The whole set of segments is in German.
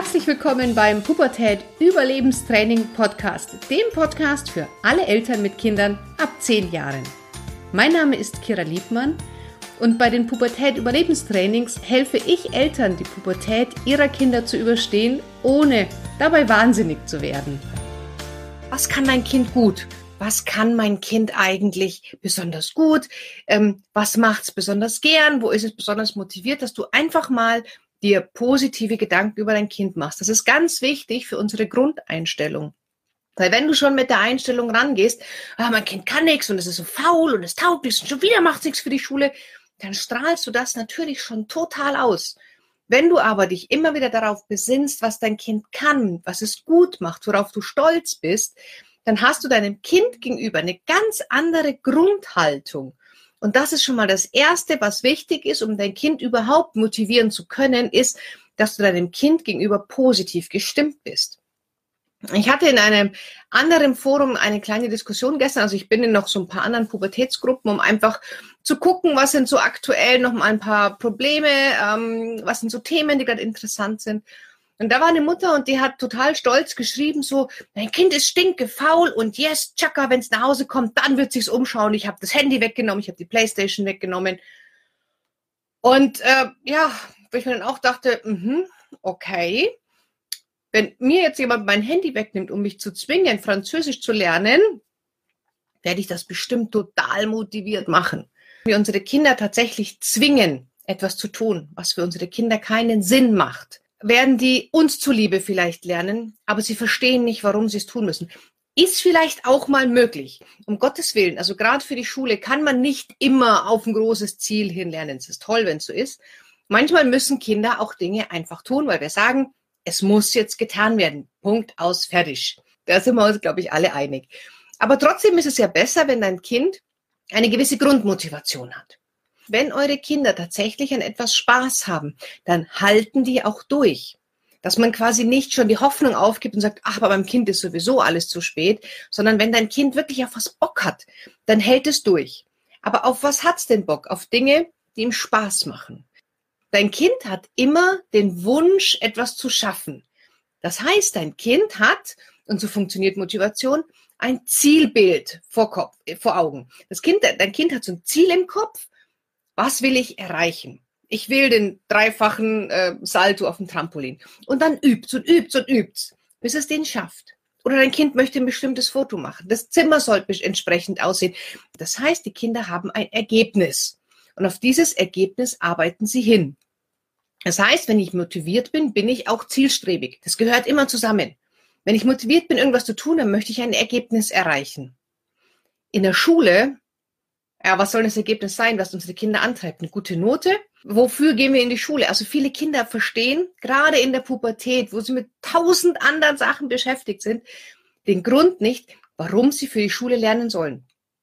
Herzlich willkommen beim Pubertät Überlebenstraining Podcast, dem Podcast für alle Eltern mit Kindern ab 10 Jahren. Mein Name ist Kira Liebmann und bei den Pubertät Überlebenstrainings helfe ich Eltern, die Pubertät ihrer Kinder zu überstehen, ohne dabei wahnsinnig zu werden. Was kann mein Kind gut? Was kann mein Kind eigentlich besonders gut? Was macht es besonders gern? Wo ist es besonders motiviert, dass du einfach mal dir positive Gedanken über dein Kind machst. Das ist ganz wichtig für unsere Grundeinstellung. Weil wenn du schon mit der Einstellung rangehst, mein Kind kann nichts und es ist so faul und es taugt nichts und schon wieder macht es nichts für die Schule, dann strahlst du das natürlich schon total aus. Wenn du aber dich immer wieder darauf besinnst, was dein Kind kann, was es gut macht, worauf du stolz bist, dann hast du deinem Kind gegenüber eine ganz andere Grundhaltung. Und das ist schon mal das Erste, was wichtig ist, um dein Kind überhaupt motivieren zu können, ist, dass du deinem Kind gegenüber positiv gestimmt bist. Ich hatte in einem anderen Forum eine kleine Diskussion gestern, also ich bin in noch so ein paar anderen Pubertätsgruppen, um einfach zu gucken, was sind so aktuell noch mal ein paar Probleme, was sind so Themen, die gerade interessant sind. Und da war eine Mutter und die hat total stolz geschrieben, so, mein Kind ist stinkefaul und yes, tschakka, wenn es nach Hause kommt, dann wird sich's umschauen. Ich habe das Handy weggenommen, ich habe die Playstation weggenommen. Und wo ich mir dann auch dachte, okay, wenn mir jetzt jemand mein Handy wegnimmt, um mich zu zwingen, Französisch zu lernen, werde ich das bestimmt total motiviert machen. Wir unsere Kinder tatsächlich zwingen, etwas zu tun, was für unsere Kinder keinen Sinn macht, werden die uns zuliebe vielleicht lernen, aber sie verstehen nicht, warum sie es tun müssen. Ist vielleicht auch mal möglich, um Gottes Willen. Also gerade für die Schule kann man nicht immer auf ein großes Ziel hin lernen. Es ist toll, wenn es so ist. Manchmal müssen Kinder auch Dinge einfach tun, weil wir sagen, es muss jetzt getan werden. Punkt, aus, fertig. Da sind wir uns, glaube ich, alle einig. Aber trotzdem ist es ja besser, wenn dein Kind eine gewisse Grundmotivation hat. Wenn eure Kinder tatsächlich an etwas Spaß haben, dann halten die auch durch. Dass man quasi nicht schon die Hoffnung aufgibt und sagt, ach, bei meinem Kind ist sowieso alles zu spät, sondern wenn dein Kind wirklich auf was Bock hat, dann hält es durch. Aber auf was hat's denn Bock? Auf Dinge, die ihm Spaß machen. Dein Kind hat immer den Wunsch, etwas zu schaffen. Das heißt, dein Kind hat, und so funktioniert Motivation, ein Zielbild vor Augen. Dein Kind hat so ein Ziel im Kopf. Was will ich erreichen? Ich will den 3-fachen Salto auf dem Trampolin. Und dann übt's und übt's und übt's, bis es den schafft. Oder dein Kind möchte ein bestimmtes Foto machen. Das Zimmer soll entsprechend aussehen. Das heißt, die Kinder haben ein Ergebnis. Und auf dieses Ergebnis arbeiten sie hin. Das heißt, wenn ich motiviert bin, bin ich auch zielstrebig. Das gehört immer zusammen. Wenn ich motiviert bin, irgendwas zu tun, dann möchte ich ein Ergebnis erreichen. In der Schule, was soll das Ergebnis sein, was unsere Kinder antreibt? Eine gute Note? Wofür gehen wir in die Schule? Also viele Kinder verstehen, gerade in der Pubertät, wo sie mit 1000 anderen Sachen beschäftigt sind, den Grund nicht, warum sie für die Schule lernen sollen.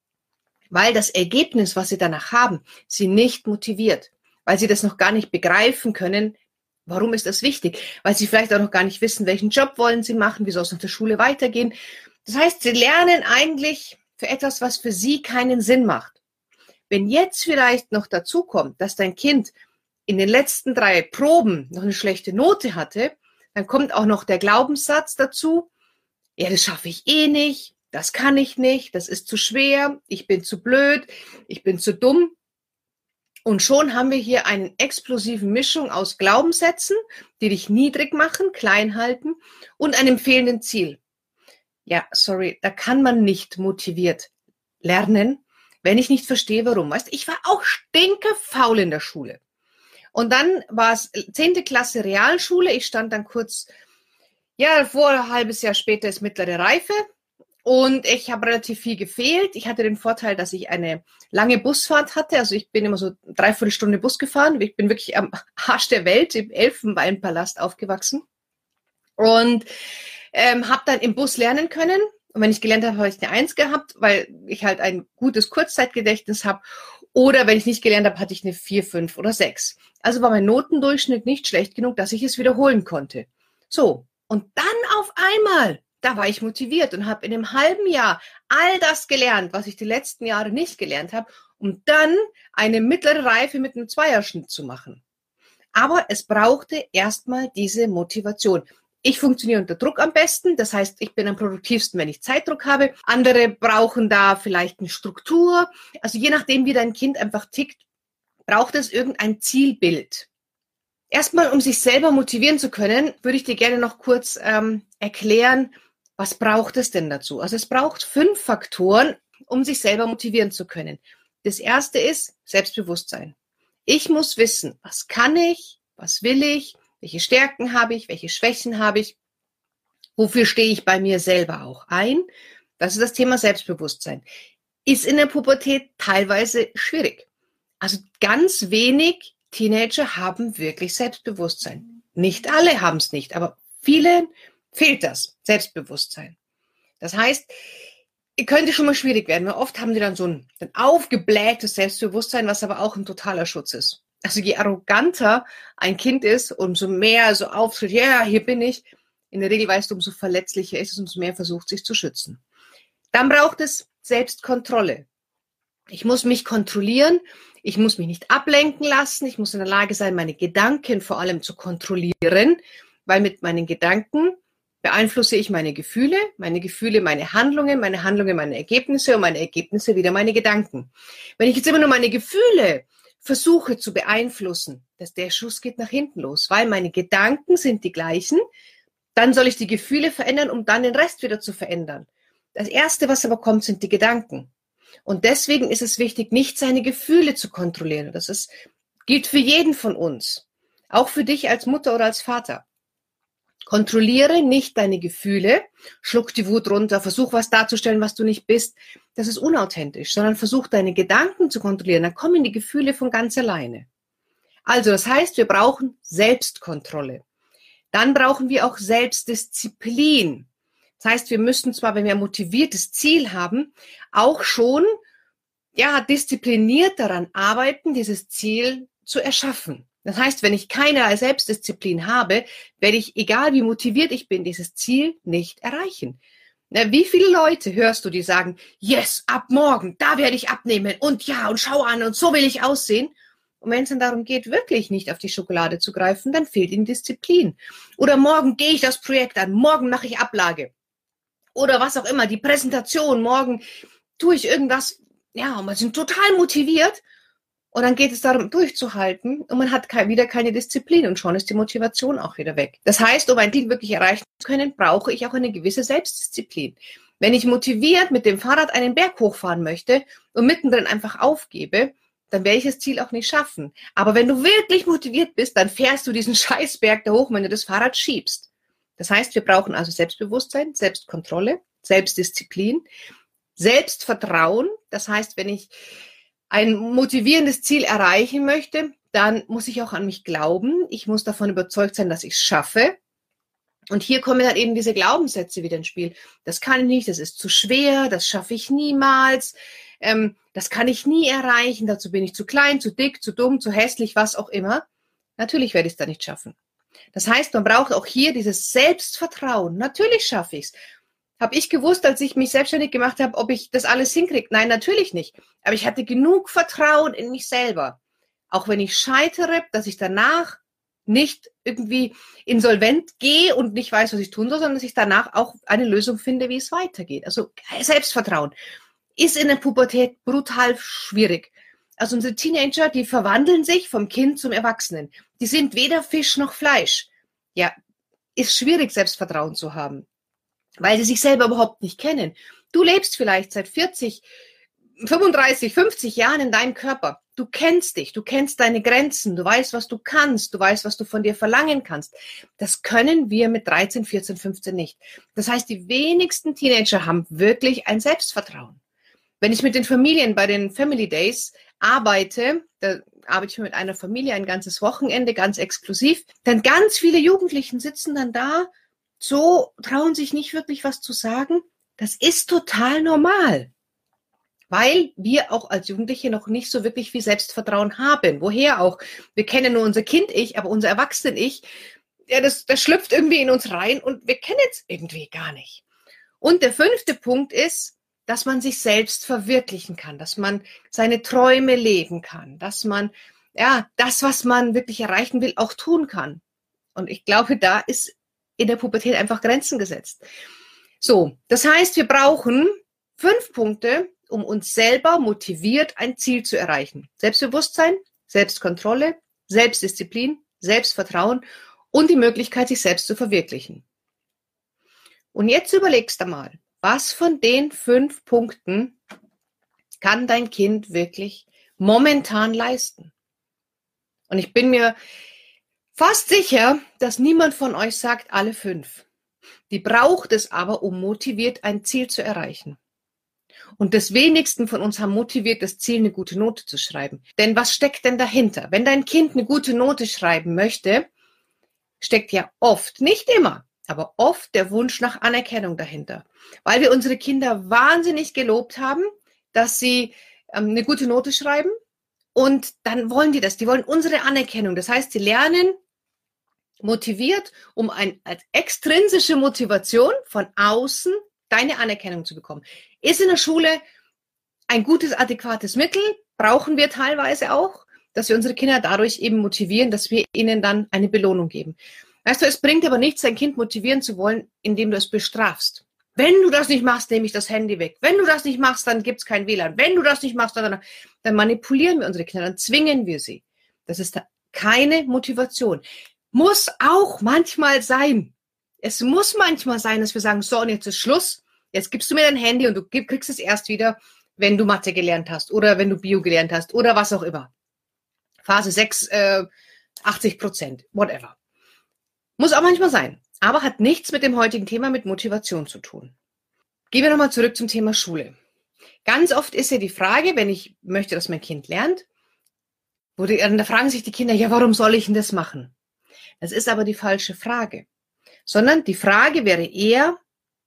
Weil das Ergebnis, was sie danach haben, sie nicht motiviert. Weil sie das noch gar nicht begreifen können. Warum ist das wichtig? Weil sie vielleicht auch noch gar nicht wissen, welchen Job wollen sie machen, wie soll es nach der Schule weitergehen. Das heißt, sie lernen eigentlich für etwas, was für sie keinen Sinn macht. Wenn jetzt vielleicht noch dazu kommt, dass dein Kind in den letzten 3 Proben noch eine schlechte Note hatte, dann kommt auch noch der Glaubenssatz dazu, ja, das schaffe ich eh nicht, das kann ich nicht, das ist zu schwer, ich bin zu blöd, ich bin zu dumm. Und schon haben wir hier eine explosive Mischung aus Glaubenssätzen, die dich niedrig machen, klein halten und einem fehlenden Ziel. Ja, sorry, da kann man nicht motiviert lernen, wenn ich nicht verstehe, warum. Weißt du, ich war auch stinkefaul in der Schule. Und dann war es 10. Klasse Realschule. Ich stand dann kurz, vor ein halbes Jahr später ist mittlere Reife. Und ich habe relativ viel gefehlt. Ich hatte den Vorteil, dass ich eine lange Busfahrt hatte. Also ich bin immer so 3/4 Stunde Bus gefahren. Ich bin wirklich am Arsch der Welt im Elfenbeinpalast aufgewachsen. Und habe dann im Bus lernen können. Und wenn ich gelernt habe, habe ich eine 1 gehabt, weil ich halt ein gutes Kurzzeitgedächtnis habe. Oder wenn ich nicht gelernt habe, hatte ich eine 4, 5 oder 6. Also war mein Notendurchschnitt nicht schlecht genug, dass ich es wiederholen konnte. So, und dann auf einmal, da war ich motiviert und habe in einem halben Jahr all das gelernt, was ich die letzten Jahre nicht gelernt habe, um dann eine mittlere Reife mit einem Zweierschnitt zu machen. Aber es brauchte erstmal diese Motivation. Ich funktioniere unter Druck am besten. Das heißt, ich bin am produktivsten, wenn ich Zeitdruck habe. Andere brauchen da vielleicht eine Struktur. Also je nachdem, wie dein Kind einfach tickt, braucht es irgendein Zielbild. Erstmal, um sich selber motivieren zu können, würde ich dir gerne noch kurz erklären, was braucht es denn dazu? Also es braucht 5 Faktoren, um sich selber motivieren zu können. Das erste ist Selbstbewusstsein. Ich muss wissen, was kann ich, was will ich, welche Stärken habe ich, welche Schwächen habe ich, wofür stehe ich bei mir selber auch ein. Das ist das Thema Selbstbewusstsein. Ist in der Pubertät teilweise schwierig. Also ganz wenig Teenager haben wirklich Selbstbewusstsein. Nicht alle haben es nicht, aber vielen fehlt das Selbstbewusstsein. Das heißt, könnte schon mal schwierig werden, weil oft haben die dann so ein aufgeblähtes Selbstbewusstsein, was aber auch ein totaler Schutz ist. Also je arroganter ein Kind ist, umso mehr so auftritt, ja, hier bin ich. In der Regel weißt du, umso verletzlicher ist es, umso mehr versucht sich zu schützen. Dann braucht es Selbstkontrolle. Ich muss mich kontrollieren, ich muss mich nicht ablenken lassen, ich muss in der Lage sein, meine Gedanken vor allem zu kontrollieren, weil mit meinen Gedanken beeinflusse ich meine Gefühle, meine Handlungen, meine Ergebnisse und meine Ergebnisse wieder meine Gedanken. Wenn ich jetzt immer nur meine Gefühle versuche zu beeinflussen, dass der Schuss geht nach hinten los, weil meine Gedanken sind die gleichen, dann soll ich die Gefühle verändern, um dann den Rest wieder zu verändern. Das Erste, was aber kommt, sind die Gedanken. Und deswegen ist es wichtig, nicht seine Gefühle zu kontrollieren. Gilt für jeden von uns, auch für dich als Mutter oder als Vater. Kontrolliere nicht deine Gefühle, schluck die Wut runter, versuch was darzustellen, was du nicht bist. Das ist unauthentisch, sondern versuch deine Gedanken zu kontrollieren. Dann kommen die Gefühle von ganz alleine. Also das heißt, wir brauchen Selbstkontrolle. Dann brauchen wir auch Selbstdisziplin. Das heißt, wir müssen zwar, wenn wir ein motiviertes Ziel haben, auch schon diszipliniert daran arbeiten, dieses Ziel zu erschaffen. Das heißt, wenn ich keine Selbstdisziplin habe, werde ich, egal wie motiviert ich bin, dieses Ziel nicht erreichen. Wie viele Leute hörst du, die sagen, yes, ab morgen, da werde ich abnehmen und ja, und schau an und so will ich aussehen. Und wenn es dann darum geht, wirklich nicht auf die Schokolade zu greifen, dann fehlt ihnen Disziplin. Oder morgen gehe ich das Projekt an, morgen mache ich Ablage. Oder was auch immer, die Präsentation, morgen tue ich irgendwas, und man sind total motiviert. Und dann geht es darum, durchzuhalten und man hat wieder keine Disziplin und schon ist die Motivation auch wieder weg. Das heißt, um ein Ziel wirklich erreichen zu können, brauche ich auch eine gewisse Selbstdisziplin. Wenn ich motiviert mit dem Fahrrad einen Berg hochfahren möchte und mittendrin einfach aufgebe, dann werde ich das Ziel auch nicht schaffen. Aber wenn du wirklich motiviert bist, dann fährst du diesen Scheißberg da hoch, wenn du das Fahrrad schiebst. Das heißt, wir brauchen also Selbstbewusstsein, Selbstkontrolle, Selbstdisziplin, Selbstvertrauen. Das heißt, wenn ich ein motivierendes Ziel erreichen möchte, dann muss ich auch an mich glauben. Ich muss davon überzeugt sein, dass ich es schaffe. Und hier kommen dann eben diese Glaubenssätze wieder ins Spiel. Das kann ich nicht, das ist zu schwer, das schaffe ich niemals, das kann ich nie erreichen, dazu bin ich zu klein, zu dick, zu dumm, zu hässlich, was auch immer. Natürlich werde ich es da nicht schaffen. Das heißt, man braucht auch hier dieses Selbstvertrauen. Natürlich schaffe ich es. Habe ich gewusst, als ich mich selbstständig gemacht habe, ob ich das alles hinkriege? Nein, natürlich nicht. Aber ich hatte genug Vertrauen in mich selber. Auch wenn ich scheitere, dass ich danach nicht irgendwie insolvent gehe und nicht weiß, was ich tun soll, sondern dass ich danach auch eine Lösung finde, wie es weitergeht. Also Selbstvertrauen ist in der Pubertät brutal schwierig. Also unsere Teenager, die verwandeln sich vom Kind zum Erwachsenen. Die sind weder Fisch noch Fleisch. Ja, ist schwierig, Selbstvertrauen zu haben, weil sie sich selber überhaupt nicht kennen. Du lebst vielleicht seit 40, 35, 50 Jahren in deinem Körper. Du kennst dich, du kennst deine Grenzen, du weißt, was du kannst, du weißt, was du von dir verlangen kannst. Das können wir mit 13, 14, 15 nicht. Das heißt, die wenigsten Teenager haben wirklich ein Selbstvertrauen. Wenn ich mit den Familien bei den Family Days arbeite, da arbeite ich mit einer Familie ein ganzes Wochenende, ganz exklusiv, dann ganz viele Jugendlichen sitzen dann da, so trauen sich nicht wirklich was zu sagen. Das ist total normal, weil wir auch als Jugendliche noch nicht so wirklich viel Selbstvertrauen haben. Woher auch? Wir kennen nur unser Kind-Ich, aber unser Erwachsenen-Ich, das schlüpft irgendwie in uns rein und wir kennen es irgendwie gar nicht. Und der 5. Punkt ist, dass man sich selbst verwirklichen kann, dass man seine Träume leben kann, dass man das, was man wirklich erreichen will, auch tun kann. Und ich glaube, da ist in der Pubertät einfach Grenzen gesetzt. So, das heißt, wir brauchen 5 Punkte, um uns selber motiviert ein Ziel zu erreichen. Selbstbewusstsein, Selbstkontrolle, Selbstdisziplin, Selbstvertrauen und die Möglichkeit, sich selbst zu verwirklichen. Und jetzt überlegst du mal, was von den 5 Punkten kann dein Kind wirklich momentan leisten? Und ich bin mir fast sicher, dass niemand von euch sagt, alle 5. Die braucht es aber, um motiviert ein Ziel zu erreichen. Und des wenigsten von uns haben motiviert, das Ziel, eine gute Note zu schreiben. Denn was steckt denn dahinter? Wenn dein Kind eine gute Note schreiben möchte, steckt ja oft, nicht immer, aber oft der Wunsch nach Anerkennung dahinter. Weil wir unsere Kinder wahnsinnig gelobt haben, dass sie eine gute Note schreiben. Und dann wollen die das. Die wollen unsere Anerkennung. Das heißt, sie lernen motiviert, um als extrinsische Motivation von außen deine Anerkennung zu bekommen. Ist in der Schule ein gutes, adäquates Mittel, brauchen wir teilweise auch, dass wir unsere Kinder dadurch eben motivieren, dass wir ihnen dann eine Belohnung geben. Weißt du, es bringt aber nichts, dein Kind motivieren zu wollen, indem du es bestrafst. Wenn du das nicht machst, nehme ich das Handy weg. Wenn du das nicht machst, dann gibt es kein WLAN. Wenn du das nicht machst, dann manipulieren wir unsere Kinder, dann zwingen wir sie. Das ist keine Motivation. Muss auch manchmal sein. Es muss manchmal sein, dass wir sagen, so, und jetzt ist Schluss. Jetzt gibst du mir dein Handy und du kriegst es erst wieder, wenn du Mathe gelernt hast oder wenn du Bio gelernt hast oder was auch immer. Phase 6, 80%, whatever. Muss auch manchmal sein, aber hat nichts mit dem heutigen Thema mit Motivation zu tun. Gehen wir nochmal zurück zum Thema Schule. Ganz oft ist ja die Frage, wenn ich möchte, dass mein Kind lernt, da fragen sich die Kinder, ja, warum soll ich denn das machen? Das ist aber die falsche Frage. Sondern die Frage wäre eher,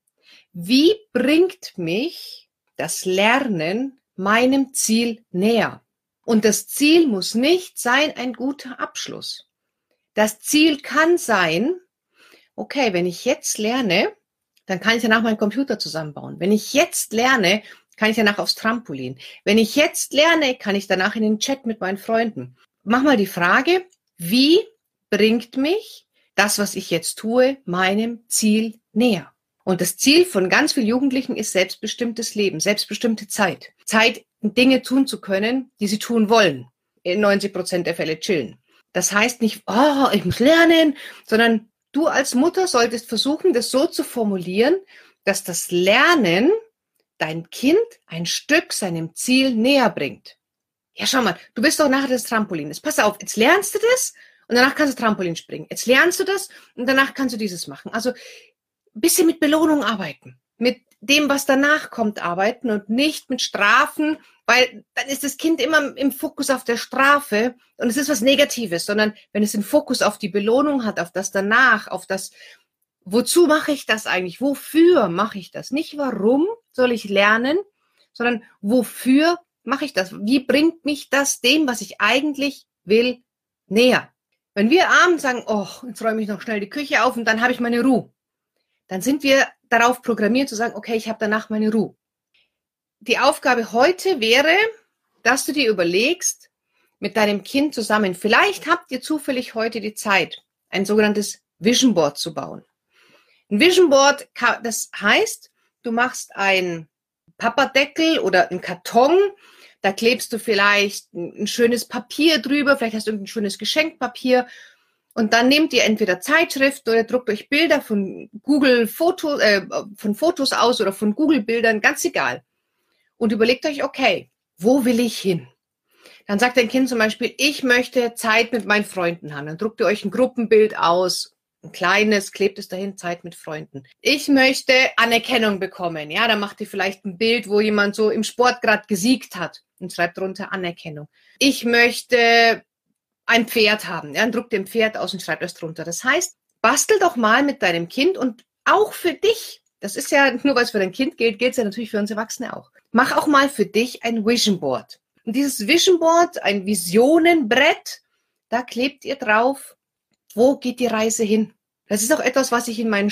wie bringt mich das Lernen meinem Ziel näher? Und das Ziel muss nicht sein, ein guter Abschluss. Das Ziel kann sein, okay, wenn ich jetzt lerne, dann kann ich danach meinen Computer zusammenbauen. Wenn ich jetzt lerne, kann ich danach aufs Trampolin. Wenn ich jetzt lerne, kann ich danach in den Chat mit meinen Freunden. Mach mal die Frage, wie bringt mich das, was ich jetzt tue, meinem Ziel näher? Und das Ziel von ganz vielen Jugendlichen ist selbstbestimmtes Leben, selbstbestimmte Zeit. Zeit, Dinge tun zu können, die sie tun wollen. In 90% der Fälle chillen. Das heißt nicht, ich muss lernen, sondern du als Mutter solltest versuchen, das so zu formulieren, dass das Lernen dein Kind ein Stück seinem Ziel näher bringt. Ja, schau mal, du bist doch nachher das Trampolin. Jetzt pass auf, jetzt lernst du das und danach kannst du Trampolin springen. Jetzt lernst du das und danach kannst du dieses machen. Also ein bisschen mit Belohnung arbeiten, mit dem, was danach kommt, arbeiten und nicht mit Strafen, weil dann ist das Kind immer im Fokus auf der Strafe und es ist was Negatives, sondern wenn es den Fokus auf die Belohnung hat, auf das danach, auf das, wozu mache ich das eigentlich, wofür mache ich das, nicht warum soll ich lernen, sondern wofür mache ich das, wie bringt mich das dem, was ich eigentlich will, näher. Wenn wir abends sagen, jetzt räume ich noch schnell die Küche auf und dann habe ich meine Ruhe, dann sind wir darauf programmiert zu sagen, okay, ich habe danach meine Ruhe. Die Aufgabe heute wäre, dass du dir überlegst, mit deinem Kind zusammen, vielleicht habt ihr zufällig heute die Zeit, ein sogenanntes Vision Board zu bauen. Ein Vision Board, das heißt, du machst einen Papperdeckel oder einen Karton, da klebst du vielleicht ein schönes Papier drüber, vielleicht hast du irgendein schönes Geschenkpapier. Und dann nehmt ihr entweder Zeitschriften oder druckt euch Bilder von von Fotos aus oder von Google-Bildern, ganz egal. Und überlegt euch, okay, wo will ich hin? Dann sagt dein Kind zum Beispiel, ich möchte Zeit mit meinen Freunden haben. Dann druckt ihr euch ein Gruppenbild aus, ein kleines, klebt es dahin, Zeit mit Freunden. Ich möchte Anerkennung bekommen. Ja, dann macht ihr vielleicht ein Bild, wo jemand so im Sport gerade gesiegt hat und schreibt drunter Anerkennung. Ich möchte ein Pferd haben. Ja, dann druckt ihr ein Pferd aus und schreibt das drunter. Das heißt, bastel doch mal mit deinem Kind und auch für dich. Das ist ja, nur weil es für dein Kind gilt, gilt es ja natürlich für uns Erwachsene auch. Mach auch mal für dich ein Vision Board. Und dieses Vision Board, ein Visionenbrett, da klebt ihr drauf, wo geht die Reise hin? Das ist auch etwas, was ich in meinen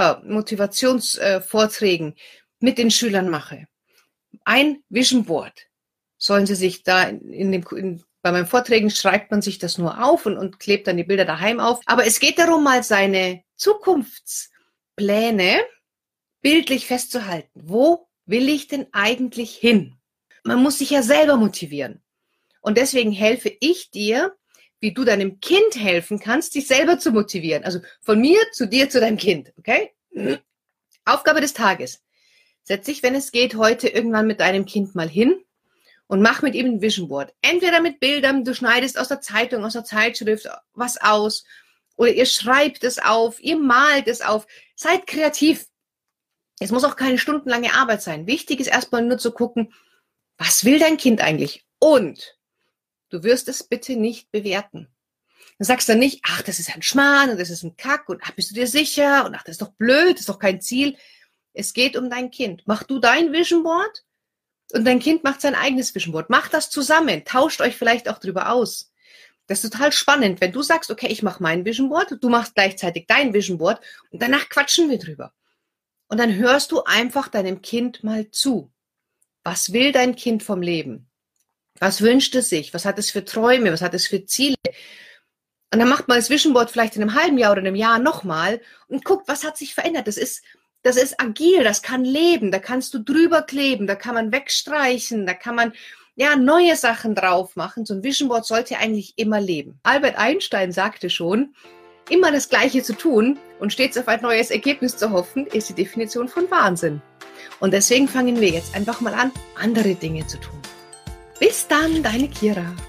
Schüler-Motivationsvorträgen mit den Schülern mache. Ein Vision Board sollen sie sich da Bei meinen Vorträgen schreibt man sich das nur auf und klebt dann die Bilder daheim auf. Aber es geht darum, mal seine Zukunftspläne bildlich festzuhalten. Wo will ich denn eigentlich hin? Man muss sich ja selber motivieren. Und deswegen helfe ich dir, wie du deinem Kind helfen kannst, dich selber zu motivieren. Also von mir zu dir, zu deinem Kind. Okay? Aufgabe des Tages. Setz dich, wenn es geht, heute irgendwann mit deinem Kind mal hin und mach mit ihm ein Vision Board. Entweder mit Bildern, du schneidest aus der Zeitung, aus der Zeitschrift was aus, oder ihr schreibt es auf, ihr malt es auf. Seid kreativ. Es muss auch keine stundenlange Arbeit sein. Wichtig ist erstmal nur zu gucken, was will dein Kind eigentlich? Und du wirst es bitte nicht bewerten. Du sagst dann nicht, ach, das ist ein Schmarrn und das ist ein Kack und ach, bist du dir sicher und ach, das ist doch blöd, das ist doch kein Ziel. Es geht um dein Kind. Mach du dein Vision Board und dein Kind macht sein eigenes Vision Board. Macht das zusammen. Tauscht euch vielleicht auch drüber aus. Das ist total spannend, wenn du sagst, okay, ich mache mein Vision Board, du machst gleichzeitig dein Vision Board und danach quatschen wir drüber. Und dann hörst du einfach deinem Kind mal zu. Was will dein Kind vom Leben? Was wünscht es sich? Was hat es für Träume? Was hat es für Ziele? Und dann macht man das Vision Board vielleicht in einem halben Jahr oder einem Jahr nochmal und guckt, was hat sich verändert. Das ist agil, das kann leben, da kannst du drüber kleben, da kann man wegstreichen, da kann man neue Sachen drauf machen. So ein Vision Board sollte eigentlich immer leben. Albert Einstein sagte schon, immer das Gleiche zu tun und stets auf ein neues Ergebnis zu hoffen, ist die Definition von Wahnsinn. Und deswegen fangen wir jetzt einfach mal an, andere Dinge zu tun. Bis dann, deine Kira.